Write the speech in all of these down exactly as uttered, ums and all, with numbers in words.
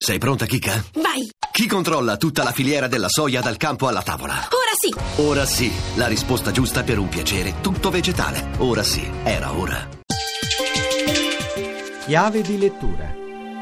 Sei pronta, Chicca? Vai! Chi controlla tutta la filiera della soia dal campo alla tavola? Ora sì! Ora sì, la risposta giusta per un piacere tutto vegetale. Ora sì, era ora. Chiave di lettura.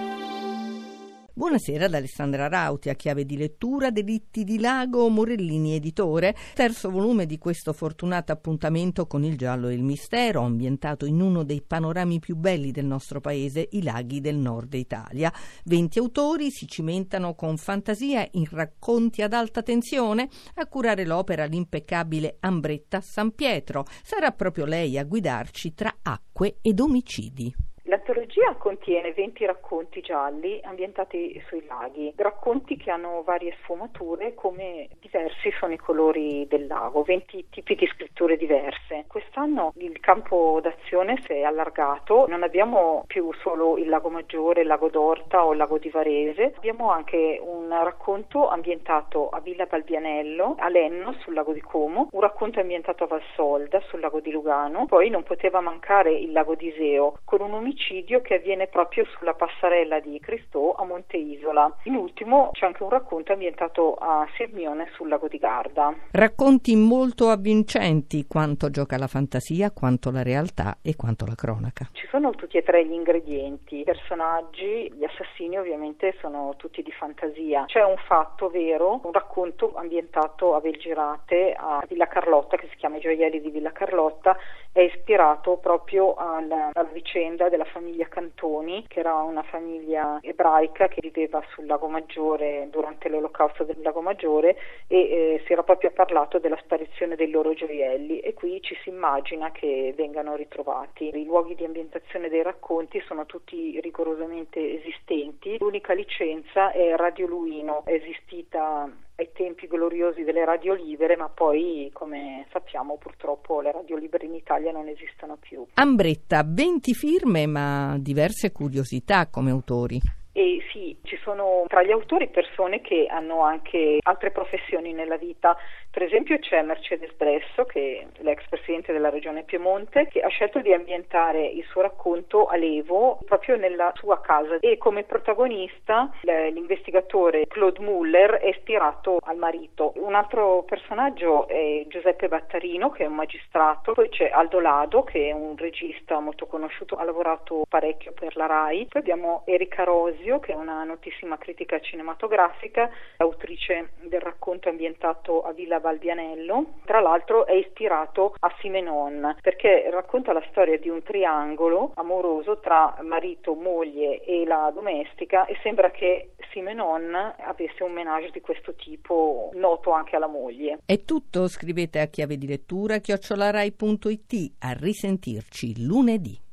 Buonasera ad Alessandra Rauti, a Chiave di lettura, Delitti di Lago, Morellini editore, terzo volume di questo fortunato appuntamento con il giallo e il mistero, ambientato in uno dei panorami più belli del nostro paese, i laghi del nord Italia. Venti autori si cimentano con fantasia in racconti ad alta tensione. A curare l'opera l'impeccabile Ambretta Sampietro. Sarà proprio lei a guidarci tra acque ed omicidi. L'antologia contiene venti racconti gialli ambientati sui laghi, racconti che hanno varie sfumature, come diversi sono i colori del lago, venti tipi di scritture diverse. Quest'anno il campo d'azione si è allargato, non abbiamo più solo il Lago Maggiore, il Lago d'Orta o il Lago di Varese, abbiamo anche un racconto ambientato a Villa Balbianello, a Lenno sul Lago di Como, un racconto ambientato a Valsolda sul Lago di Lugano, poi non poteva mancare il Lago di Iseo, con un omicidio che avviene proprio sulla passerella di Cristò a Monte Isola. In ultimo c'è anche un racconto ambientato a Sirmione sul Lago di Garda. Racconti molto avvincenti, quanto gioca la fantasia, quanto la realtà e quanto la cronaca. Ci sono tutti e tre gli ingredienti, i personaggi, gli assassini ovviamente sono tutti di fantasia. C'è un fatto vero, un racconto ambientato a Belgirate, a Villa Carlotta, che si chiama I gioielli di Villa Carlotta, è ispirato proprio alla, alla vicenda della famiglia Cantoni, che era una famiglia ebraica che viveva sul Lago Maggiore durante l'olocausto del Lago Maggiore e eh, si era proprio parlato della sparizione dei loro gioielli, e qui ci si immagina che vengano ritrovati. I luoghi di ambientazione dei racconti sono tutti rigorosamente esistenti. L'unica licenza è Radio Luino, è esistita ai tempi gloriosi delle radio libere, ma poi, come sappiamo, purtroppo le radio libere in Italia non esistono più. Ambretta, venti firme ma diverse curiosità come autori. E sì, ci sono tra gli autori persone che hanno anche altre professioni nella vita. Per esempio c'è Mercedes Bresso, che è l'ex presidente della regione Piemonte, che ha scelto di ambientare il suo racconto a Levo, proprio nella sua casa, e come protagonista l'investigatore Claude Muller è ispirato al marito. Un altro personaggio è Giuseppe Battarino, che è un magistrato, poi c'è Aldo Lado, che è un regista molto conosciuto, ha lavorato parecchio per la RAI, poi abbiamo Erika Rosio, che è una notissima critica cinematografica, autrice del racconto ambientato a Villa Balbianello. Tra l'altro è ispirato a Simenon, perché racconta la storia di un triangolo amoroso tra marito, moglie e la domestica, e sembra che Simenon avesse un ménage di questo tipo, noto anche alla moglie. È tutto, scrivete a chiave di lettura chiocciola rai punto it. A risentirci lunedì.